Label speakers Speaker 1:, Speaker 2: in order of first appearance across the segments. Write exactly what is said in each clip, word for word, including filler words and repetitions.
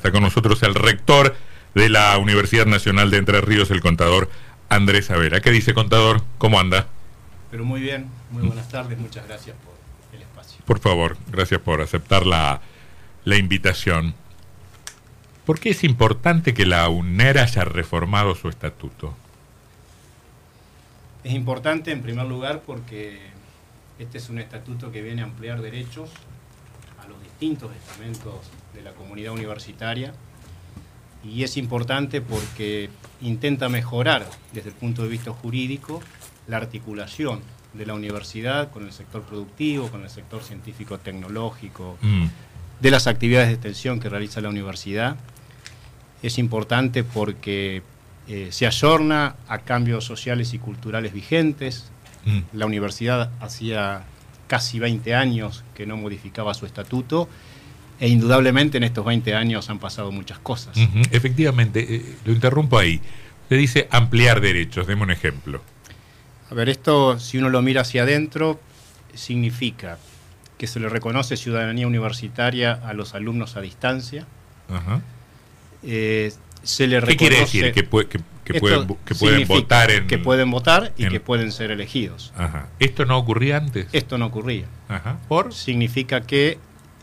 Speaker 1: Está con nosotros el rector de la Universidad Nacional de Entre Ríos, el contador Andrés Avera. ¿Qué dice, contador? ¿Cómo anda?
Speaker 2: Pero muy bien, muy buenas tardes, muchas gracias por el espacio.
Speaker 1: Por favor, gracias por aceptar la, la invitación. ¿Por qué es importante que la UNER haya reformado su estatuto?
Speaker 2: Es importante en primer lugar porque este es un estatuto que viene a ampliar derechos a los distintos estamentos de la comunidad universitaria, y es importante porque intenta mejorar desde el punto de vista jurídico la articulación de la universidad con el sector productivo, con el sector científico-tecnológico, mm. de las actividades de extensión que realiza la universidad. Es importante porque eh, se ayorna a cambios sociales y culturales vigentes. Mm. La universidad hacía casi veinte años que no modificaba su estatuto, e indudablemente en estos veinte años han pasado muchas cosas.
Speaker 1: Uh-huh. Efectivamente, eh, lo interrumpo ahí. Usted dice ampliar derechos, deme un ejemplo.
Speaker 2: A ver, esto, si uno lo mira hacia adentro, significa que se le reconoce ciudadanía universitaria a los alumnos a distancia. Uh-huh. eh, se le reconoce,
Speaker 1: ¿Qué quiere decir? Que, puede, que, que, pueden, que pueden votar en...
Speaker 2: Que pueden votar y
Speaker 1: en...
Speaker 2: que pueden ser elegidos.
Speaker 1: Ajá. ¿Esto no ocurría antes?
Speaker 2: Esto no ocurría.
Speaker 1: Ajá. ¿Por?
Speaker 2: Significa que,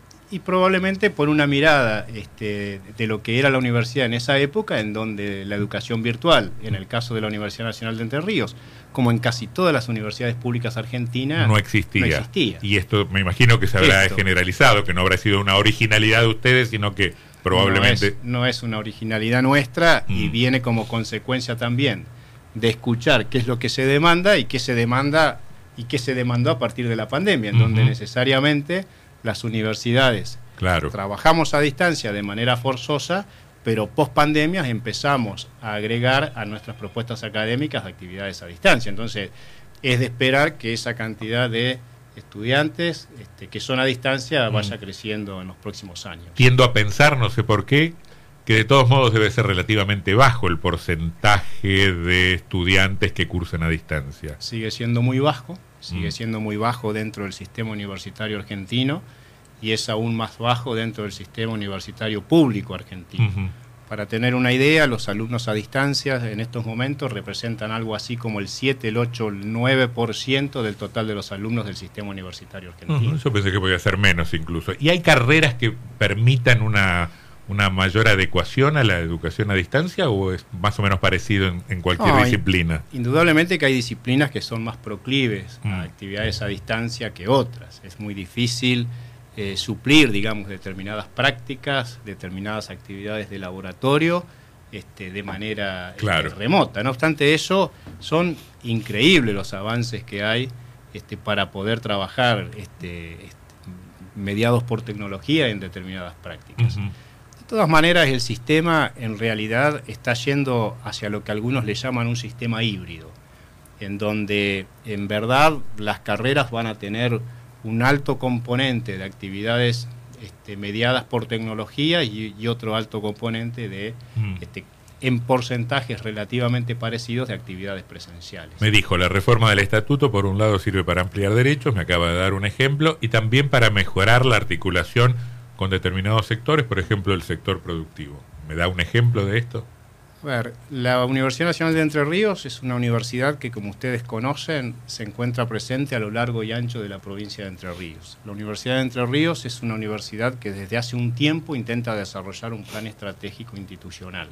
Speaker 2: y probablemente por una mirada este, de lo que era la universidad en esa época, en donde la educación virtual, en el caso de la Universidad Nacional de Entre Ríos, como en casi todas las universidades públicas argentinas,
Speaker 1: no existía.
Speaker 2: No existía.
Speaker 1: Y esto me imagino que se habrá
Speaker 2: esto.
Speaker 1: generalizado, que no habrá sido una originalidad de ustedes, sino que probablemente...
Speaker 2: No es, no es una originalidad nuestra, mm. y viene como consecuencia también de escuchar qué es lo que se demanda y qué se demanda y qué se demandó a partir de la pandemia, en uh-huh. donde necesariamente las universidades
Speaker 1: claro.
Speaker 2: trabajamos a distancia de manera forzosa, pero post pandemia empezamos a agregar a nuestras propuestas académicas actividades a distancia. Entonces es de esperar que esa cantidad de estudiantes este, que son a distancia vaya mm. creciendo en los próximos años.
Speaker 1: Tiendo a pensar, no sé por qué, que de todos modos debe ser relativamente bajo el porcentaje de estudiantes que cursan a distancia.
Speaker 2: Sigue siendo muy bajo, sigue mm. siendo muy bajo dentro del sistema universitario argentino, y es aún más bajo dentro del sistema universitario público argentino. Uh-huh. Para tener una idea, los alumnos a distancia en estos momentos representan algo así como el siete, el ocho, el nueve por ciento del total de los alumnos del sistema universitario argentino.
Speaker 1: Uh-huh. Yo pensé que podía ser menos incluso. ¿Y hay carreras que permitan una, una mayor adecuación a la educación a distancia, o es más o menos parecido en, en cualquier no, disciplina?
Speaker 2: Indudablemente que hay disciplinas que son más proclives uh-huh. a actividades a distancia que otras. Es muy difícil Eh, suplir, digamos, determinadas prácticas, determinadas actividades de laboratorio este, de manera
Speaker 1: claro.
Speaker 2: este, remota. No obstante eso, son increíbles los avances que hay este, para poder trabajar este, este, mediados por tecnología en determinadas prácticas. Uh-huh. De todas maneras, el sistema en realidad está yendo hacia lo que algunos le llaman un sistema híbrido, en donde en verdad las carreras van a tener un alto componente de actividades este, mediadas por tecnología y, y otro alto componente de, mm. este, en porcentajes relativamente parecidos, de actividades presenciales.
Speaker 1: Me dijo, la reforma del estatuto por un lado sirve para ampliar derechos, me acaba de dar un ejemplo, y también para mejorar la articulación con determinados sectores, por ejemplo el sector productivo. ¿Me da un ejemplo de esto?
Speaker 2: A ver, la Universidad Nacional de Entre Ríos es una universidad que, como ustedes conocen, se encuentra presente a lo largo y ancho de la provincia de Entre Ríos. La Universidad de Entre Ríos es una universidad que desde hace un tiempo intenta desarrollar un plan estratégico institucional.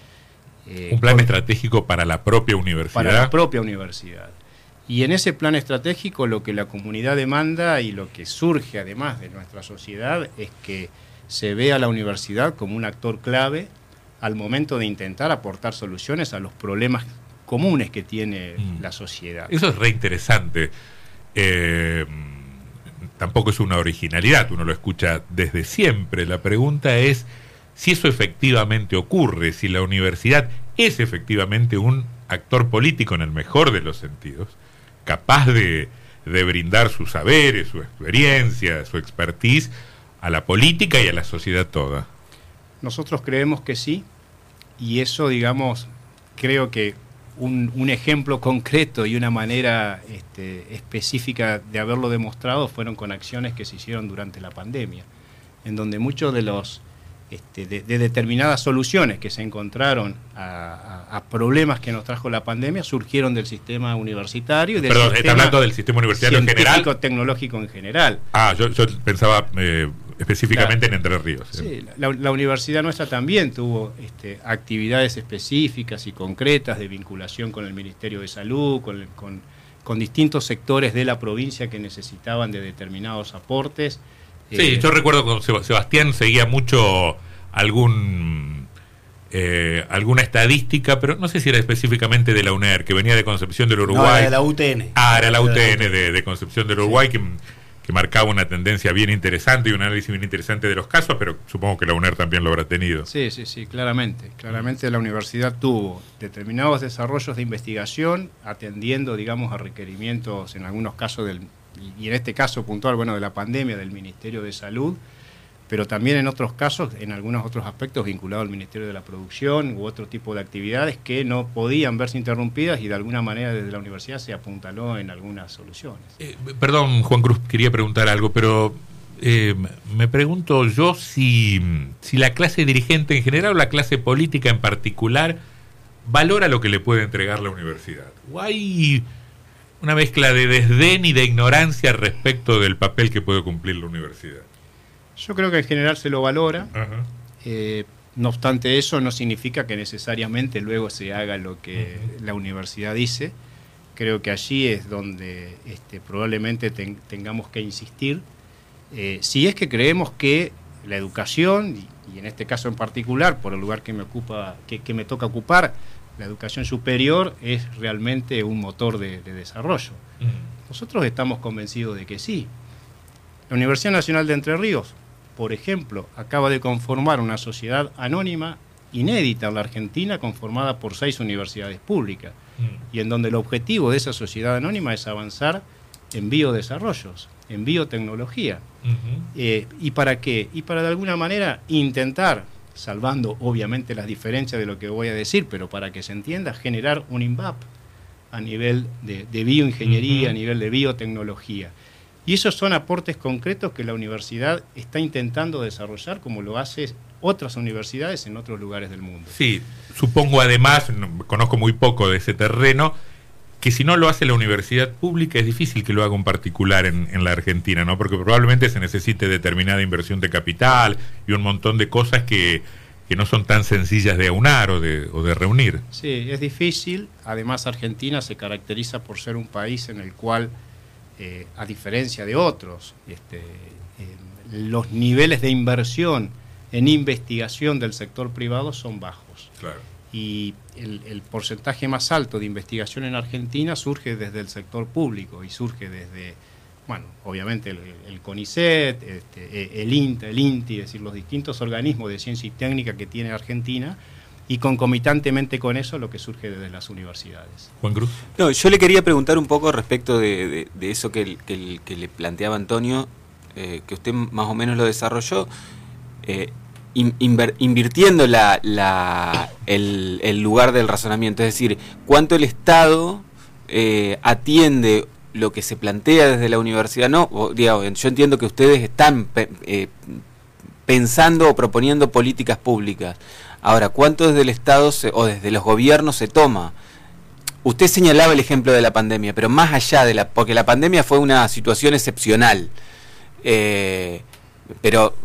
Speaker 1: Eh, ¿Un plan con, estratégico para la propia universidad?
Speaker 2: Para la propia universidad. Y en ese plan estratégico lo que la comunidad demanda y lo que surge además de nuestra sociedad es que se vea a la universidad como un actor clave al momento de intentar aportar soluciones a los problemas comunes que tiene mm. la sociedad.
Speaker 1: Eso es re interesante. Eh, tampoco es una originalidad, uno lo escucha desde siempre. La pregunta es si eso efectivamente ocurre, si la universidad es efectivamente un actor político en el mejor de los sentidos, capaz de, de brindar sus saberes, su experiencia, su expertise a la política y a la sociedad toda.
Speaker 2: Nosotros creemos que sí, y eso, digamos, creo que un, un ejemplo concreto y una manera este, específica de haberlo demostrado fueron con acciones que se hicieron durante la pandemia, en donde muchos de los este, de, de determinadas soluciones que se encontraron a, a, a problemas que nos trajo la pandemia, surgieron del sistema universitario. Y del
Speaker 1: Perdón,
Speaker 2: sistema
Speaker 1: ¿está hablando del sistema universitario en general?
Speaker 2: Científico, tecnológico en general.
Speaker 1: Ah, yo, yo pensaba eh, específicamente la, en Entre Ríos.
Speaker 2: Sí, la, la universidad nuestra también tuvo este, actividades específicas y concretas de vinculación con el Ministerio de Salud, con, con, con distintos sectores de la provincia que necesitaban de determinados aportes.
Speaker 1: Sí, eh, yo recuerdo que Sebastián seguía mucho algún eh, alguna estadística, pero no sé si era específicamente de la UNER, que venía de Concepción del Uruguay.
Speaker 3: No, era de la U T N.
Speaker 1: Ah, era la U T N de, de Concepción del Uruguay, sí. que, que marcaba una tendencia bien interesante y un análisis bien interesante de los casos, pero supongo que la UNER también lo habrá tenido.
Speaker 2: Sí, sí, sí, claramente. Claramente la universidad tuvo determinados desarrollos de investigación, atendiendo, digamos, a requerimientos, en algunos casos del... y en este caso puntual, bueno, de la pandemia, del Ministerio de Salud, pero también en otros casos, en algunos otros aspectos vinculados al Ministerio de la Producción u otro tipo de actividades que no podían verse interrumpidas y de alguna manera desde la universidad se apuntaló en algunas soluciones.
Speaker 1: Eh, perdón, Juan Cruz, quería preguntar algo, pero eh, me pregunto yo si, si la clase dirigente en general o la clase política en particular valora lo que le puede entregar la universidad. ¿O hay una mezcla de desdén y de ignorancia respecto del papel que puede cumplir la universidad?
Speaker 2: Yo creo que en general se lo valora.
Speaker 1: Ajá.
Speaker 2: Eh, no obstante eso, no significa que necesariamente luego se haga lo que uh-huh. la universidad dice. Creo que allí es donde este, probablemente ten, tengamos que insistir. Eh, si es que creemos que la educación, y, y en este caso en particular, por el lugar que me ocupa, que, que me toca ocupar, la educación superior es realmente un motor de, de desarrollo. Uh-huh. Nosotros estamos convencidos de que sí. La Universidad Nacional de Entre Ríos, por ejemplo, acaba de conformar una sociedad anónima inédita en la Argentina, conformada por seis universidades públicas, mm. y en donde el objetivo de esa sociedad anónima es avanzar en biodesarrollos, en biotecnología. Uh-huh. Eh, ¿Y para qué? Y para de alguna manera intentar, salvando obviamente las diferencias de lo que voy a decir, pero para que se entienda, generar un I N V A P a nivel de, de bioingeniería, uh-huh. a nivel de biotecnología. Y esos son aportes concretos que la universidad está intentando desarrollar, como lo hace otras universidades en otros lugares del mundo.
Speaker 1: Sí, supongo además, no, conozco muy poco de ese terreno, que si no lo hace la universidad pública es difícil que lo haga un particular en, en la Argentina, ¿no? Porque probablemente se necesite determinada inversión de capital y un montón de cosas que, que no son tan sencillas de aunar o de, o de reunir.
Speaker 2: Sí, es difícil. Además, Argentina se caracteriza por ser un país en el cual, Eh, a diferencia de otros, este, eh, los niveles de inversión en investigación del sector privado son bajos.
Speaker 1: Claro.
Speaker 2: Y el, el porcentaje más alto de investigación en Argentina surge desde el sector público y surge desde, bueno, obviamente el, el CONICET, este, el INTA, el INTI, es decir, los distintos organismos de ciencia y técnica que tiene Argentina, y concomitantemente con eso lo que surge desde las universidades.
Speaker 1: Juan Cruz.
Speaker 4: No, yo le quería preguntar un poco respecto de, de, de eso que, que, que le planteaba Antonio, eh, que usted más o menos lo desarrolló, eh, inver, invirtiendo la, la, el, el lugar del razonamiento, es decir, cuánto el Estado eh, atiende lo que se plantea desde la universidad. No, o, digamos, yo entiendo que ustedes están eh, pensando o proponiendo políticas públicas. Ahora, ¿cuánto desde el Estado se, o desde los gobiernos se toma? Usted señalaba el ejemplo de la pandemia, pero más allá de la... porque la pandemia fue una situación excepcional. Eh, pero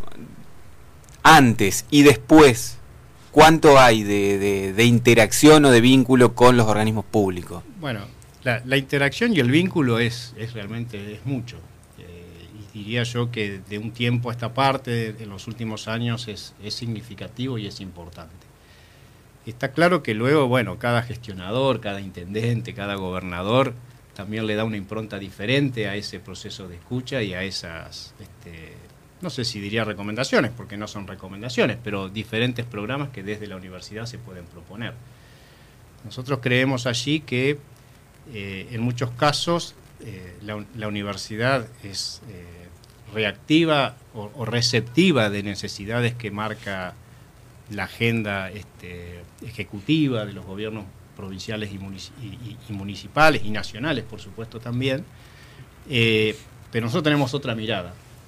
Speaker 4: antes y después, ¿cuánto hay de, de, de interacción o de vínculo con los organismos públicos?
Speaker 2: Bueno, la, la interacción y el vínculo es, es realmente es mucho. Diría yo que de un tiempo a esta parte, en los últimos años, es, es significativo y es importante. Está claro que luego, bueno, cada gestionador, cada intendente, cada gobernador también le da una impronta diferente a ese proceso de escucha y a esas, este, no sé si diría recomendaciones, porque no son recomendaciones, pero diferentes programas que desde la universidad se pueden proponer. Nosotros creemos allí que eh, en muchos casos eh, la, la universidad es... Eh, reactiva o, o receptiva de necesidades que marca la agenda este, ejecutiva de los gobiernos provinciales y, munici y, y municipales y nacionales, por supuesto, también. Eh, pero nosotros tenemos otra mirada.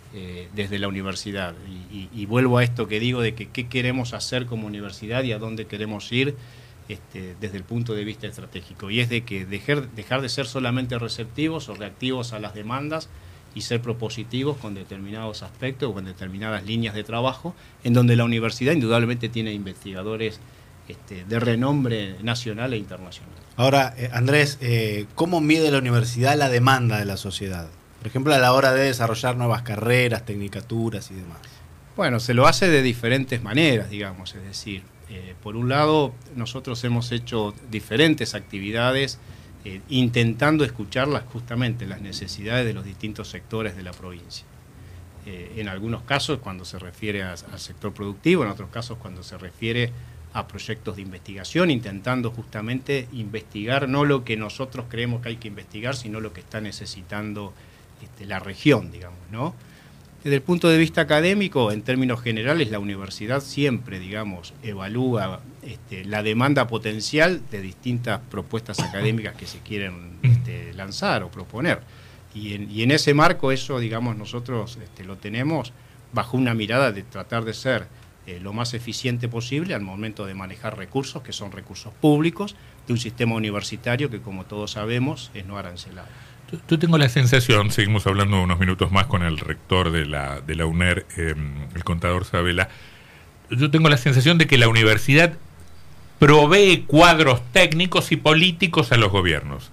Speaker 2: eh, desde la universidad. Y, y, y vuelvo a esto que digo de que qué queremos hacer como universidad y a dónde queremos ir este, desde el punto de vista estratégico. Y es de que dejar, dejar de ser solamente receptivos o reactivos a las demandas y ser propositivos con determinados aspectos o con determinadas líneas de trabajo, en donde la universidad indudablemente tiene investigadores este, de renombre nacional e internacional.
Speaker 3: Ahora, eh, Andrés, eh, ¿cómo mide la universidad la demanda de la sociedad? Por ejemplo, a la hora de desarrollar nuevas carreras, tecnicaturas y demás.
Speaker 2: Bueno, se lo hace de diferentes maneras, digamos, es decir, eh, por un lado, nosotros hemos hecho diferentes actividades eh, intentando escucharlas justamente las necesidades de los distintos sectores de la provincia. Eh, en algunos casos cuando se refiere a, al sector productivo, en otros casos cuando se refiere a proyectos de investigación, intentando justamente investigar no lo que nosotros creemos que hay que investigar, sino lo que está necesitando este, la región, digamos, ¿no? Desde el punto de vista académico, en términos generales, la universidad siempre, digamos, evalúa este, la demanda potencial de distintas propuestas académicas que se quieren este, lanzar o proponer. Y en, y en ese marco eso, digamos, nosotros este, lo tenemos bajo una mirada de tratar de ser eh, lo más eficiente posible al momento de manejar recursos, que son recursos públicos, de un sistema universitario que, como todos sabemos, es no arancelado.
Speaker 1: Yo tengo la sensación, seguimos hablando unos minutos más con el rector de la, de la UNER, eh, el contador Sabela, yo tengo la sensación de que la universidad provee cuadros técnicos y políticos a los gobiernos.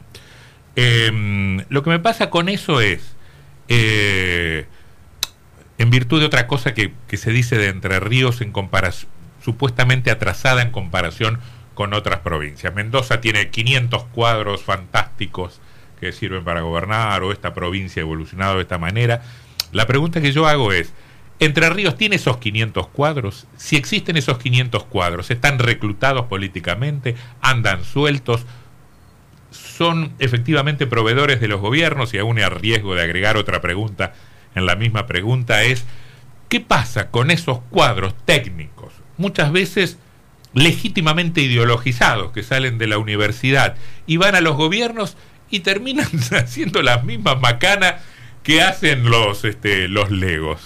Speaker 1: Eh, lo que me pasa con eso es, eh, en virtud de otra cosa que, que se dice de Entre Ríos en comparación, supuestamente atrasada en comparación con otras provincias. Mendoza tiene quinientos cuadros fantásticos que sirven para gobernar, o esta provincia ha evolucionado de esta manera. La pregunta que yo hago es, ¿Entre Ríos tiene esos quinientos cuadros? Si existen esos quinientos cuadros, ¿están reclutados políticamente? ¿Andan sueltos? ¿Son efectivamente proveedores de los gobiernos? Y aún a riesgo de agregar otra pregunta en la misma pregunta es, ¿qué pasa con esos cuadros técnicos, muchas veces legítimamente ideologizados, que salen de la universidad y van a los gobiernos y terminan haciendo las mismas macanas que hacen los, este, los legos?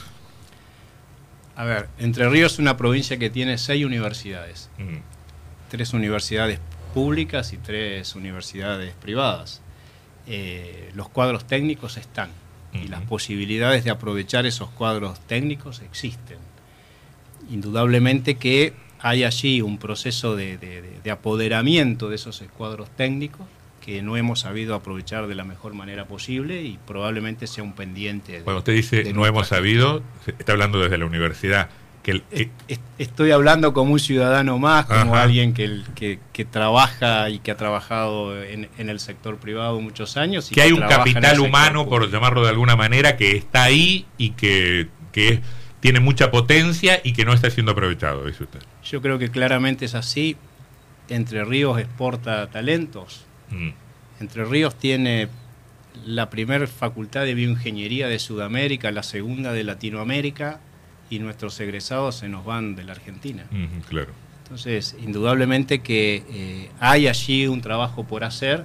Speaker 2: A ver, Entre Ríos es una provincia que tiene seis universidades. Mm. Tres universidades públicas y tres universidades privadas. Eh, los cuadros técnicos están. Mm-hmm. Y las posibilidades de aprovechar esos cuadros técnicos existen. Indudablemente que hay allí un proceso de, de, de apoderamiento de esos cuadros técnicos que no hemos sabido aprovechar de la mejor manera posible y probablemente sea un pendiente. De,
Speaker 1: Cuando usted dice no hemos sabido, está hablando desde la universidad. Que el, que...
Speaker 2: Estoy hablando como un ciudadano más, como Ajá. alguien que, que, que trabaja y que ha trabajado en, en el sector privado muchos años. Y
Speaker 1: que, que hay un capital humano, por llamarlo de alguna manera, que está ahí y que, que tiene mucha potencia y que no está siendo aprovechado, dice usted.
Speaker 2: Yo creo que claramente es así. Entre Ríos exporta talentos. Mm. Entre Ríos tiene la primera facultad de bioingeniería de Sudamérica, la segunda de Latinoamérica, y nuestros egresados se nos van de la Argentina.
Speaker 1: Mm, claro.
Speaker 2: Entonces, indudablemente que eh, hay allí un trabajo por hacer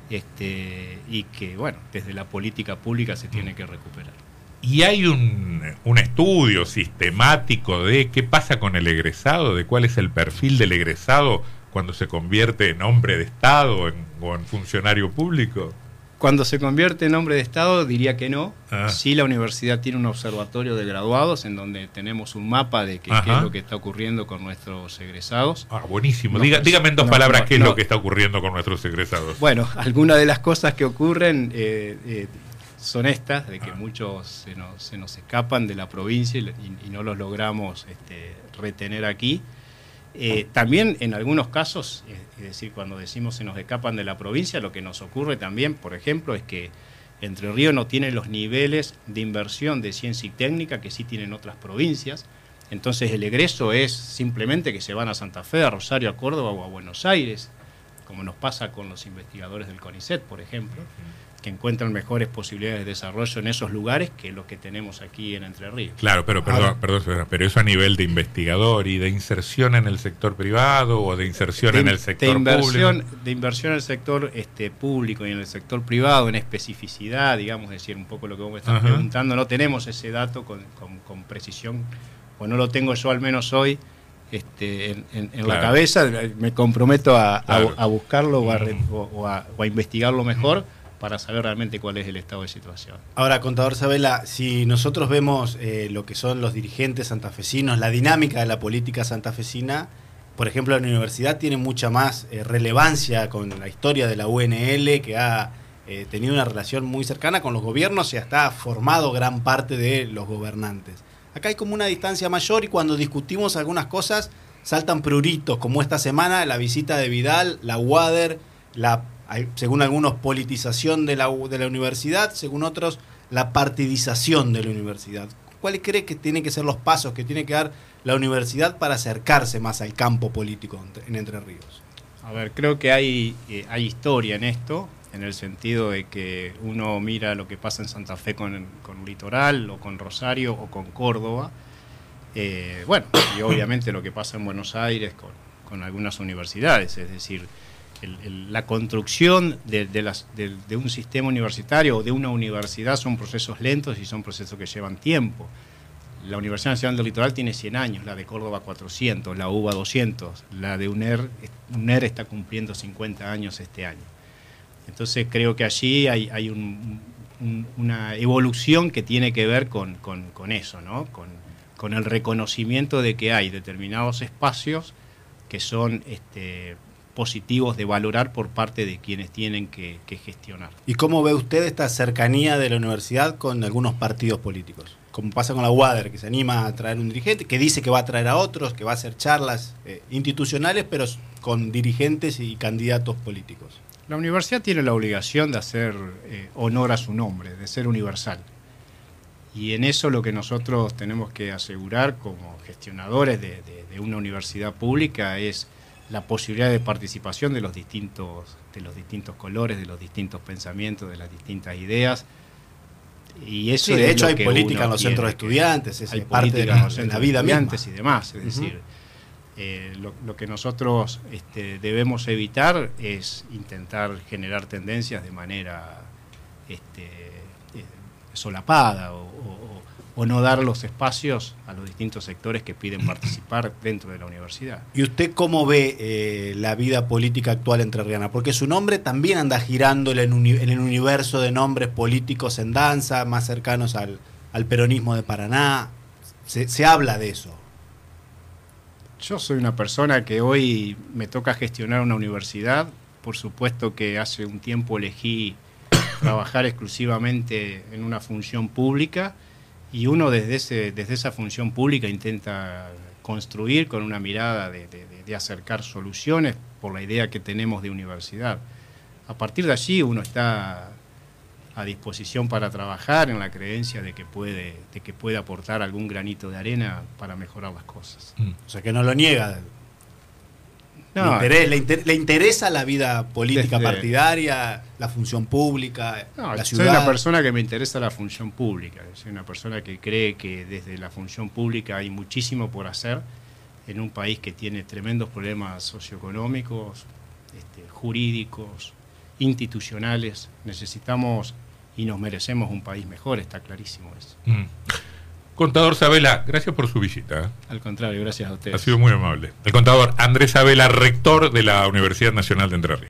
Speaker 2: este, y que, bueno, desde la política pública se tiene que recuperar.
Speaker 1: ¿Y hay un, un estudio sistemático de qué pasa con el egresado, de cuál es el perfil del egresado cuando se convierte en hombre de Estado en, o en funcionario público?
Speaker 2: Cuando se convierte en hombre de Estado, diría que no. Ah. Sí, la universidad tiene un observatorio de graduados en donde tenemos un mapa de qué, qué es lo que está ocurriendo con nuestros egresados.
Speaker 1: Ah, buenísimo. No, Diga, dígame en dos no, palabras no, qué es no. lo que está ocurriendo con nuestros egresados.
Speaker 2: Bueno, algunas de las cosas que ocurren eh, eh, son estas, de que ah. muchos se nos, se nos escapan de la provincia y, y no los logramos este, retener aquí. Eh, también en algunos casos, es decir, cuando decimos se nos escapan de la provincia, lo que nos ocurre también, por ejemplo, es que Entre Ríos no tiene los niveles de inversión de ciencia y técnica que sí tienen otras provincias. Entonces el egreso es simplemente que se van a Santa Fe, a Rosario, a Córdoba o a Buenos Aires, como nos pasa con los investigadores del CONICET, por ejemplo. que encuentran mejores posibilidades de desarrollo en esos lugares que los que tenemos aquí en Entre Ríos.
Speaker 1: Claro, pero perdón,
Speaker 3: Ahora,
Speaker 1: perdón, pero eso a nivel de investigador y de inserción en el sector privado o de inserción
Speaker 2: de,
Speaker 1: en el sector
Speaker 2: de inversión,
Speaker 1: público.
Speaker 2: De inversión en el sector este, público y en el sector privado, en especificidad, digamos, decir, un poco lo que vos me estás
Speaker 1: Ajá.
Speaker 2: preguntando, no tenemos ese dato con, con, con precisión, o no lo tengo yo al menos hoy este, en, en, en
Speaker 1: Claro.
Speaker 2: la cabeza, me comprometo a,
Speaker 1: Claro.
Speaker 2: a, a buscarlo o a, re-
Speaker 1: Mm.
Speaker 2: o, o a, o a investigarlo mejor para saber realmente cuál es el estado de situación.
Speaker 3: Ahora, contador Sabela, si nosotros vemos eh, lo que son los dirigentes santafesinos, la dinámica de la política santafesina, por ejemplo, la universidad tiene mucha más eh, relevancia con la historia de la U N L, que ha eh, tenido una relación muy cercana con los gobiernos y hasta ha formado gran parte de los gobernantes. Acá hay como una distancia mayor y cuando discutimos algunas cosas saltan pruritos, como esta semana la visita de Vidal, la UADER, la, hay, según algunos, politización de la, de la universidad, según otros, la partidización de la universidad. ¿Cuáles cree que tienen que ser los pasos que tiene que dar la universidad para acercarse más al campo político en Entre Ríos?
Speaker 2: A ver, creo que hay, eh, hay historia en esto, en el sentido de que uno mira lo que pasa en Santa Fe con, con Litoral, o con Rosario, o con Córdoba. Eh, bueno, y obviamente lo que pasa en Buenos Aires con, con algunas universidades, es decir, el, el, la construcción de, de, las, de, de un sistema universitario o de una universidad son procesos lentos y son procesos que llevan tiempo. La Universidad Nacional del Litoral tiene cien años, la de Córdoba cuatrocientos, la UBA doscientos, la de UNER, UNER está cumpliendo cincuenta años este año. Entonces creo que allí hay, hay un, un, una evolución que tiene que ver con, con, con eso, ¿no? Con, con el reconocimiento de que hay determinados espacios que son este, positivos de valorar por parte de quienes tienen que, que gestionar.
Speaker 3: ¿Y cómo ve usted esta cercanía de la universidad con algunos partidos políticos? Como pasa con la UADER, que se anima a traer un dirigente, que dice que va a traer a otros, que va a hacer charlas eh, institucionales, pero con dirigentes y candidatos políticos.
Speaker 2: La universidad tiene la obligación de hacer eh, honor a su nombre, de ser universal. Y en eso lo que nosotros tenemos que asegurar como gestionadores de, de, de una universidad pública es la posibilidad de participación de los distintos, de los distintos colores, de los distintos pensamientos, de las distintas ideas. Y eso
Speaker 3: Sí, de
Speaker 2: es
Speaker 3: hecho
Speaker 2: lo
Speaker 3: hay
Speaker 2: que
Speaker 3: política
Speaker 2: uno
Speaker 3: en los centros de
Speaker 2: tiene que-
Speaker 3: estudiantes, es
Speaker 2: hay
Speaker 3: parte de
Speaker 2: política
Speaker 3: la,
Speaker 2: en los
Speaker 3: de
Speaker 2: centros
Speaker 3: la vida
Speaker 2: de
Speaker 3: misma.
Speaker 2: estudiantes y demás. Es decir,
Speaker 3: Ujú.
Speaker 2: eh, lo, lo que nosotros este, debemos evitar es intentar generar tendencias de manera este, eh, solapada o, o, o no dar los espacios a los distintos sectores que piden participar dentro de la universidad.
Speaker 3: ¿Y usted cómo ve eh, la vida política actual entrerriana? Porque su nombre también anda girando en el, uni en el universo de nombres políticos en danza, más cercanos al, al peronismo de Paraná. Se, se habla de eso.
Speaker 2: Yo soy una persona que hoy me toca gestionar una universidad. Por supuesto que hace un tiempo elegí trabajar exclusivamente en una función pública y uno desde, ese, desde esa función pública intenta construir con una mirada de, de, de acercar soluciones por la idea que tenemos de universidad. A partir de allí uno está a disposición para trabajar en la creencia de que puede, de que puede aportar algún granito de arena para mejorar las cosas.
Speaker 1: Mm.
Speaker 3: O sea, que no lo niega.
Speaker 2: No,
Speaker 3: le, interesa, le, inter le interesa la vida política
Speaker 2: Desde-
Speaker 3: partidaria, la función pública,
Speaker 2: No,
Speaker 3: la
Speaker 2: soy
Speaker 3: ciudad.
Speaker 2: una persona que me interesa la función pública, soy una persona que cree que desde la función pública hay muchísimo por hacer en un país que tiene tremendos problemas socioeconómicos, este, jurídicos, institucionales. Necesitamos y nos merecemos un país mejor, está clarísimo eso.
Speaker 1: Mm. Contador Sabela, gracias por su visita. ¿eh?
Speaker 2: Al contrario, gracias a ustedes.
Speaker 1: Ha sido muy amable. El contador Andrés Sabela, rector de la Universidad Nacional de Entre Ríos.